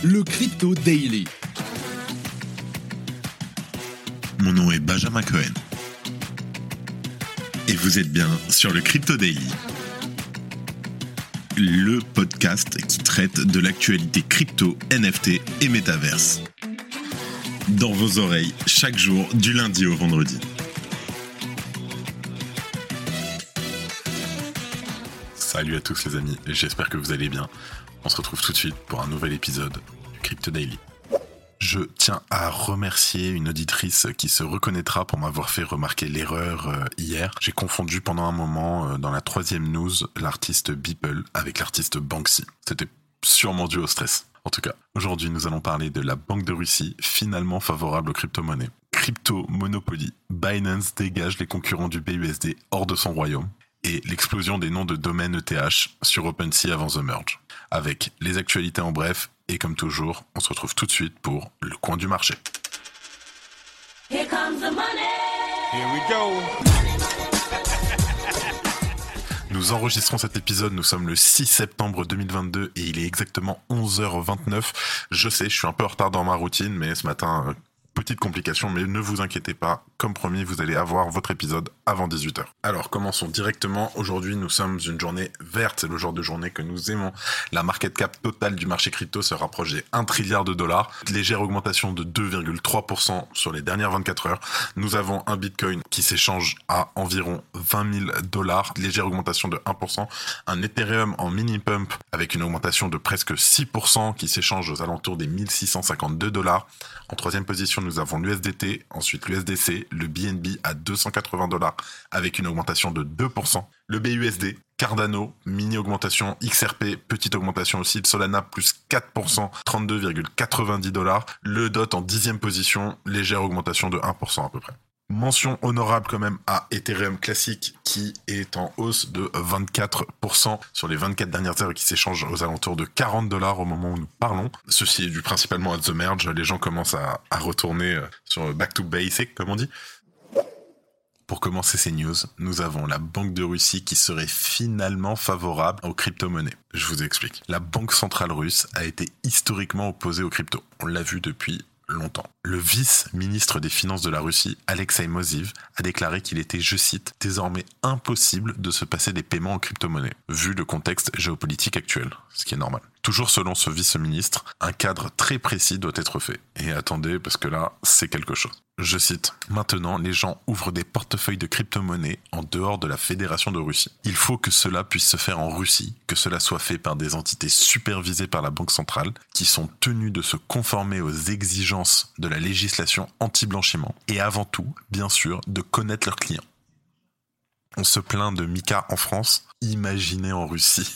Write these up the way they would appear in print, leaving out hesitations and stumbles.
le Crypto Daily. Mon nom est Benjamin Cohen. Et vous êtes bien sur le Crypto Daily, le podcast qui traite de l'actualité crypto, NFT et métaverse. Dans vos oreilles, chaque jour, du lundi au vendredi. Salut à tous les amis, j'espère que vous allez bien. On se retrouve tout de suite pour un nouvel épisode du Crypto Daily. Je tiens à remercier une auditrice qui se reconnaîtra pour m'avoir fait remarquer l'erreur hier. J'ai confondu pendant un moment dans la troisième news l'artiste Beeple avec l'artiste Banksy. C'était sûrement dû au stress. En tout cas, aujourd'hui nous allons parler de la Banque de Russie, finalement favorable aux crypto-monnaies. Crypto Monopoly, Binance dégage les concurrents du BUSD hors de son royaume. Et l'explosion des noms de domaine ETH sur OpenSea avant The Merge. Avec les actualités en bref, et comme toujours, on se retrouve tout de suite pour le coin du marché. Here comes the money. Here we go. Nous enregistrons cet épisode, nous sommes le 6 septembre 2022 et il est exactement 11h29. Je sais, je suis un peu en retard dans ma routine, mais ce matin, petite complication, mais ne vous inquiétez pas, comme promis, vous allez avoir votre épisode avant 18h. Alors, commençons directement. Aujourd'hui, nous sommes une journée verte, c'est le genre de journée que nous aimons. La market cap totale du marché crypto se rapproche des 1 trilliard de dollars. Légère augmentation de 2,3% sur les dernières 24 heures. Nous avons un Bitcoin qui s'échange à environ 20 000 dollars. Légère augmentation de 1%. Un Ethereum en mini pump avec une augmentation de presque 6% qui s'échange aux alentours des 1652 dollars. En troisième position, nous avons l'USDT, ensuite l'USDC, le BNB à 280 dollars avec une augmentation de 2%. Le BUSD, Cardano, mini augmentation, XRP, petite augmentation aussi, Solana plus 4%, 32,90 dollars. Le DOT en 10e position, légère augmentation de 1% à peu près. Mention honorable quand même à Ethereum classique qui est en hausse de 24% sur les 24 dernières heures et qui s'échange aux alentours de 40 dollars au moment où nous parlons. Ceci est dû principalement à The Merge, les gens commencent à retourner sur back to basic comme on dit. Pour commencer ces news, nous avons la Banque de Russie qui serait finalement favorable aux crypto-monnaies. Je vous explique. La Banque centrale russe a été historiquement opposée aux cryptos. On l'a vu depuis longtemps. Le vice-ministre des Finances de la Russie, Alexei Moziv, a déclaré qu'il était, je cite, désormais impossible de se passer des paiements en crypto-monnaie, vu le contexte géopolitique actuel, ce qui est normal. Toujours selon ce vice-ministre, un cadre très précis doit être fait. Et attendez, parce que là, c'est quelque chose. Je cite, « Maintenant, les gens ouvrent des portefeuilles de crypto-monnaies en dehors de la Fédération de Russie. Il faut que cela puisse se faire en Russie, que cela soit fait par des entités supervisées par la Banque centrale, qui sont tenues de se conformer aux exigences de la législation anti-blanchiment, et avant tout, bien sûr, de connaître leurs clients. » On se plaint de Mika en France, imaginez en Russie.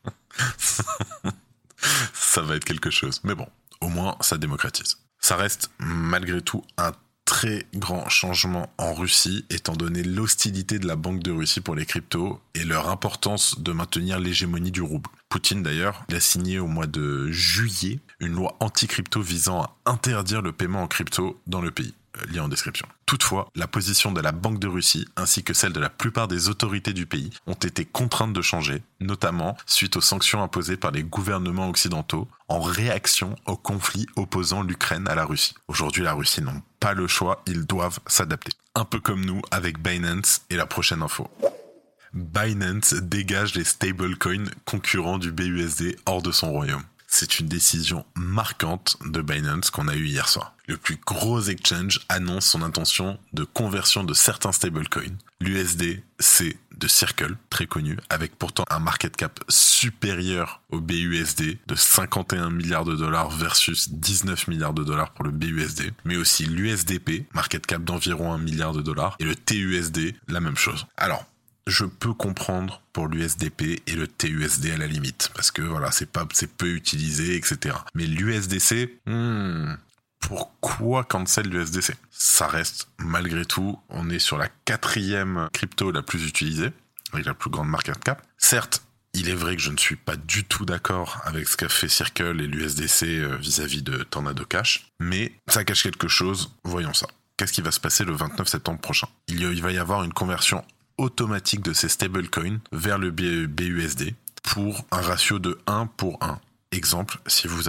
Ça va être quelque chose. Mais bon, au moins, ça démocratise. Ça reste, malgré tout, un très grand changement en Russie, étant donné l'hostilité de la Banque de Russie pour les cryptos et leur importance de maintenir l'hégémonie du rouble. Poutine, d'ailleurs, il a signé au mois de juillet une loi anti-crypto visant à interdire le paiement en crypto dans le pays. Lien en description. Toutefois, la position de la Banque de Russie ainsi que celle de la plupart des autorités du pays ont été contraintes de changer, notamment suite aux sanctions imposées par les gouvernements occidentaux en réaction au conflit opposant l'Ukraine à la Russie. Aujourd'hui, la Russie n'a pas le choix, ils doivent s'adapter. Un peu comme nous avec Binance et la prochaine info. Binance dégage les stablecoins concurrents du BUSD hors de son royaume. C'est une décision marquante de Binance qu'on a eue hier soir. Le plus gros exchange annonce son intention de conversion de certains stablecoins. L'USDC de Circle, très connu, avec pourtant un market cap supérieur au BUSD de 51 milliards de dollars versus 19 milliards de dollars pour le BUSD, mais aussi l'USDP, market cap d'environ 1 milliard de dollars, et le TUSD, la même chose. Alors, je peux comprendre pour l'USDP et le TUSD à la limite, parce que voilà, c'est peu utilisé, etc. Mais l'USDC, pourquoi cancel l'USDC ? Ça reste, malgré tout, on est sur la 4e crypto la plus utilisée, avec la plus grande market cap. Certes, il est vrai que je ne suis pas du tout d'accord avec ce qu'a fait Circle et l'USDC vis-à-vis de Tornado Cash, mais ça cache quelque chose, voyons ça. Qu'est-ce qui va se passer le 29 septembre prochain ? Il va y avoir une conversion automatique de ces stablecoins vers le BUSD pour un ratio de 1 pour 1. Exemple, si vous avez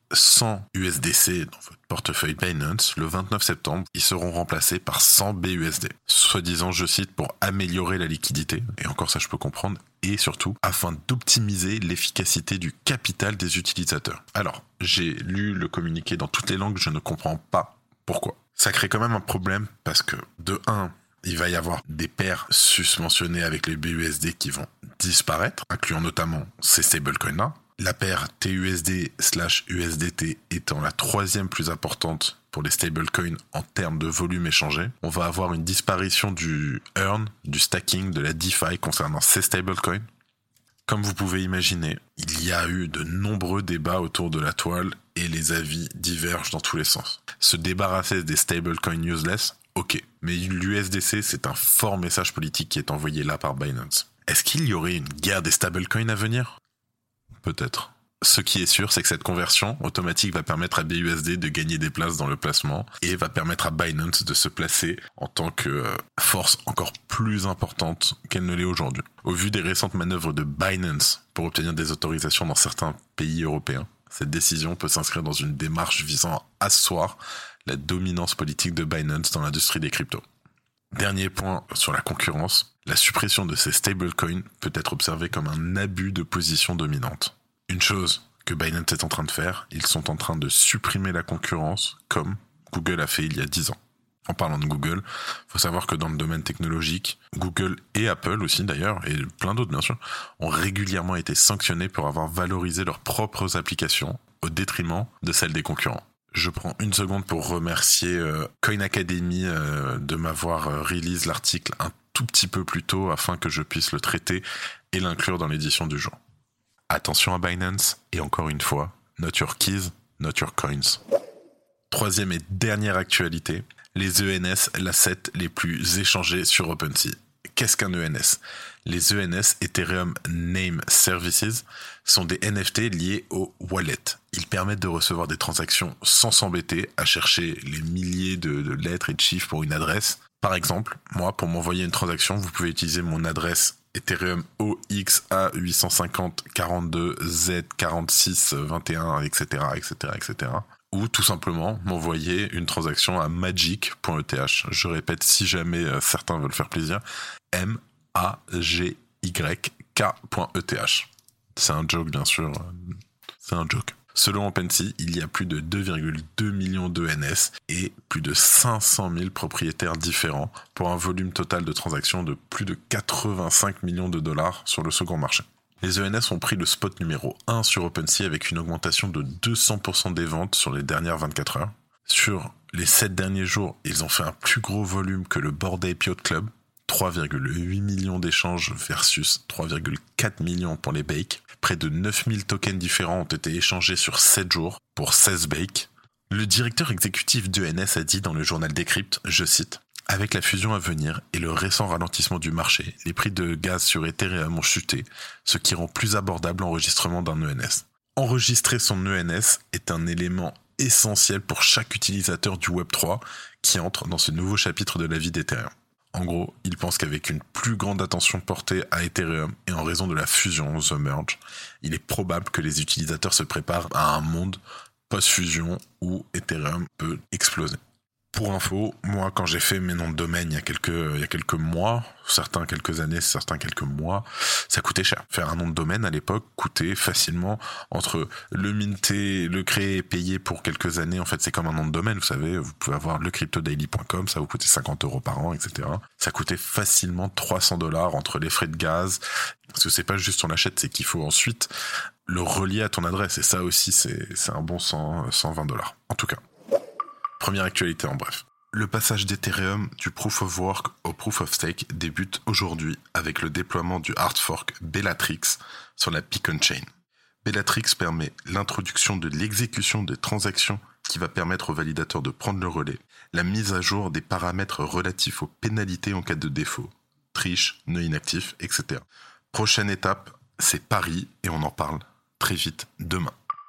100 USDC dans votre portefeuille Binance, le 29 septembre, ils seront remplacés par 100 BUSD. Soi-disant, je cite, pour améliorer la liquidité, et encore ça je peux comprendre, et surtout afin d'optimiser l'efficacité du capital des utilisateurs. Alors, j'ai lu le communiqué dans toutes les langues, je ne comprends pas pourquoi. Ça crée quand même un problème parce que, de 1, il va y avoir des paires susmentionnées avec les BUSD qui vont disparaître, incluant notamment ces stablecoins-là. La paire TUSD/USDT étant la 3e plus importante pour les stablecoins en termes de volume échangé. On va avoir une disparition du earn, du stacking, de la DeFi concernant ces stablecoins. Comme vous pouvez imaginer, il y a eu de nombreux débats autour de la toile et les avis divergent dans tous les sens. Se débarrasser des stablecoins useless, ok. Mais l'USDC, c'est un fort message politique qui est envoyé là par Binance. Est-ce qu'il y aurait une guerre des stablecoins à venir ? Peut-être. Ce qui est sûr, c'est que cette conversion automatique va permettre à BUSD de gagner des places dans le placement et va permettre à Binance de se placer en tant que force encore plus importante qu'elle ne l'est aujourd'hui. Au vu des récentes manœuvres de Binance pour obtenir des autorisations dans certains pays européens, cette décision peut s'inscrire dans une démarche visant à asseoir la dominance politique de Binance dans l'industrie des cryptos. Dernier point sur la concurrence, la suppression de ces stablecoins peut être observée comme un abus de position dominante. Une chose que Binance est en train de faire, ils sont en train de supprimer la concurrence comme Google a fait il y a 10 ans. En parlant de Google, il faut savoir que dans le domaine technologique, Google et Apple aussi d'ailleurs, et plein d'autres bien sûr, ont régulièrement été sanctionnés pour avoir valorisé leurs propres applications au détriment de celles des concurrents. Je prends une seconde pour remercier Coin Academy de m'avoir release l'article un tout petit peu plus tôt afin que je puisse le traiter et l'inclure dans l'édition du jour. Attention à Binance, et encore une fois, not your keys, not your coins. Troisième et dernière actualité, les ENS, l'asset les plus échangés sur OpenSea. Qu'est-ce qu'un ENS ? Les ENS, Ethereum Name Services, sont des NFT liés au wallet. Ils permettent de recevoir des transactions sans s'embêter à chercher les milliers de lettres et de chiffres pour une adresse. Par exemple, moi, pour m'envoyer une transaction, vous pouvez utiliser mon adresse Ethereum OXA85042Z4621, etc., etc., etc. Ou tout simplement m'envoyer une transaction à magic.eth. Je répète, si jamais certains veulent faire plaisir, MAGYK.eth. C'est un joke, bien sûr. C'est un joke. Selon OpenSea, il y a plus de 2,2 millions d'ENS et plus de 500 000 propriétaires différents pour un volume total de transactions de plus de 85 millions de dollars sur le second marché. Les ENS ont pris le spot numéro 1 sur OpenSea avec une augmentation de 200% des ventes sur les dernières 24 heures. Sur les 7 derniers jours, ils ont fait un plus gros volume que le Bored Ape Yacht Club, 3,8 millions d'échanges versus 3,4 millions pour les Bake. Près de 9000 tokens différents ont été échangés sur 7 jours pour 16 Bake. Le directeur exécutif d'ENS a dit dans le journal Decrypt, je cite, « Avec la fusion à venir et le récent ralentissement du marché, les prix de gaz sur Ethereum ont chuté, ce qui rend plus abordable l'enregistrement d'un ENS. Enregistrer son ENS est un élément essentiel pour chaque utilisateur du Web3 qui entre dans ce nouveau chapitre de la vie d'Ethereum. En gros, il pense qu'avec une plus grande attention portée à Ethereum et en raison de la fusion, The Merge, il est probable que les utilisateurs se préparent à un monde post-fusion où Ethereum peut exploser. Pour info, moi, quand j'ai fait mes noms de domaine il y a quelques mois, certains quelques années, certains quelques mois, ça coûtait cher. Faire un nom de domaine à l'époque coûtait facilement entre le minter, le créer et payer pour quelques années. En fait, c'est comme un nom de domaine, vous savez, vous pouvez avoir le cryptodaily.com, ça vous coûtait 50 € par an, etc. Ça coûtait facilement 300 $ entre les frais de gaz. Parce que c'est pas juste on l'achète, c'est qu'il faut ensuite le relier à ton adresse. Et ça aussi, c'est un bon 120 $. En tout cas. Première actualité en bref. Le passage d'Ethereum du Proof of Work au Proof of Stake débute aujourd'hui avec le déploiement du hard fork Bellatrix sur la Beacon Chain. Bellatrix permet l'introduction de l'exécution des transactions qui va permettre aux validateurs de prendre le relais, la mise à jour des paramètres relatifs aux pénalités en cas de défaut, triche, nœud inactif, etc. Prochaine étape, c'est Paris et on en parle très vite demain.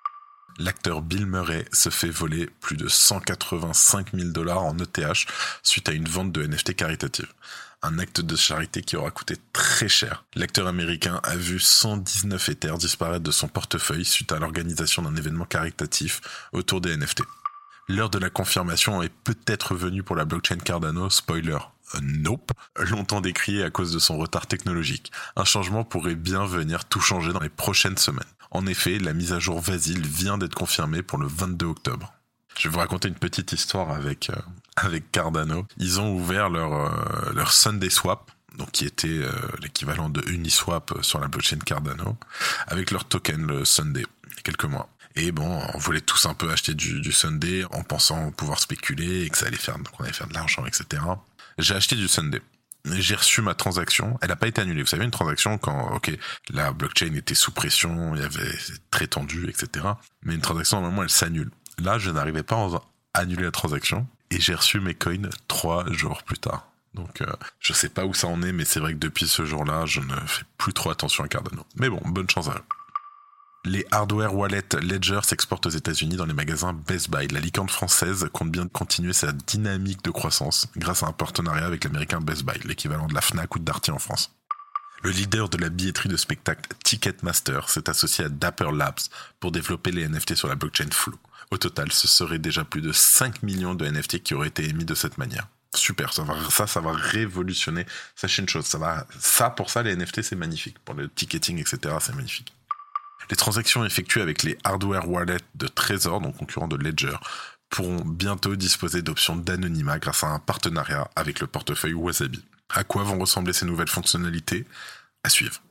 L'acteur Bill Murray se fait voler plus de 185 000 $ en ETH suite à une vente de NFT caritative. Un acte de charité qui aura coûté très cher. L'acteur américain a vu 119 Ethers disparaître de son portefeuille suite à l'organisation d'un événement caritatif autour des NFT. L'heure de la confirmation est peut-être venue pour la blockchain Cardano, spoiler. Nope, longtemps décrié à cause de son retard technologique. Un changement pourrait bien venir tout changer dans les prochaines semaines. En effet, la mise à jour Vasil vient d'être confirmée pour le 22 octobre. Je vais vous raconter une petite histoire avec Cardano. Ils ont ouvert leur Sunday Swap, donc qui était l'équivalent de Uniswap sur la blockchain Cardano, avec leur token, le Sunday, il y a quelques mois. Et bon, on voulait tous un peu acheter du Sunday en pensant pouvoir spéculer et que ça allait faire, donc on allait faire de l'argent, etc. J'ai acheté du Sunday. J'ai reçu ma transaction, elle n'a pas été annulée. Vous savez, une transaction quand, la blockchain était sous pression, il y avait très tendu, etc. Mais une transaction, normalement, elle s'annule. Là, je n'arrivais pas à annuler la transaction et j'ai reçu mes coins 3 jours plus tard. Donc, je sais pas où ça en est, mais c'est vrai que depuis ce jour-là, je ne fais plus trop attention à Cardano. Mais bon, bonne chance à eux. Les hardware wallets Ledger s'exportent aux États-Unis dans les magasins Best Buy. La licorne française compte bien continuer sa dynamique de croissance grâce à un partenariat avec l'américain Best Buy, l'équivalent de la Fnac ou de Darty en France. Le leader de la billetterie de spectacle Ticketmaster s'est associé à Dapper Labs pour développer les NFT sur la blockchain Flow. Au total, ce serait déjà plus de 5 millions de NFT qui auraient été émis de cette manière. Super, ça va révolutionner. Sachez une chose, pour ça les NFT c'est magnifique. Pour le ticketing, etc., c'est magnifique. Les transactions effectuées avec les hardware wallets de Trezor, donc concurrents de Ledger, pourront bientôt disposer d'options d'anonymat grâce à un partenariat avec le portefeuille Wasabi. À quoi vont ressembler ces nouvelles fonctionnalités ? À suivre.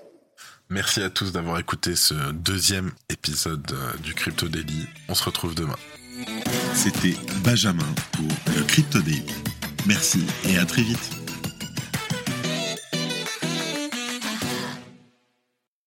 Merci à tous d'avoir écouté ce 2e épisode du Crypto Daily. On se retrouve demain. C'était Benjamin pour le Crypto Daily. Merci et à très vite.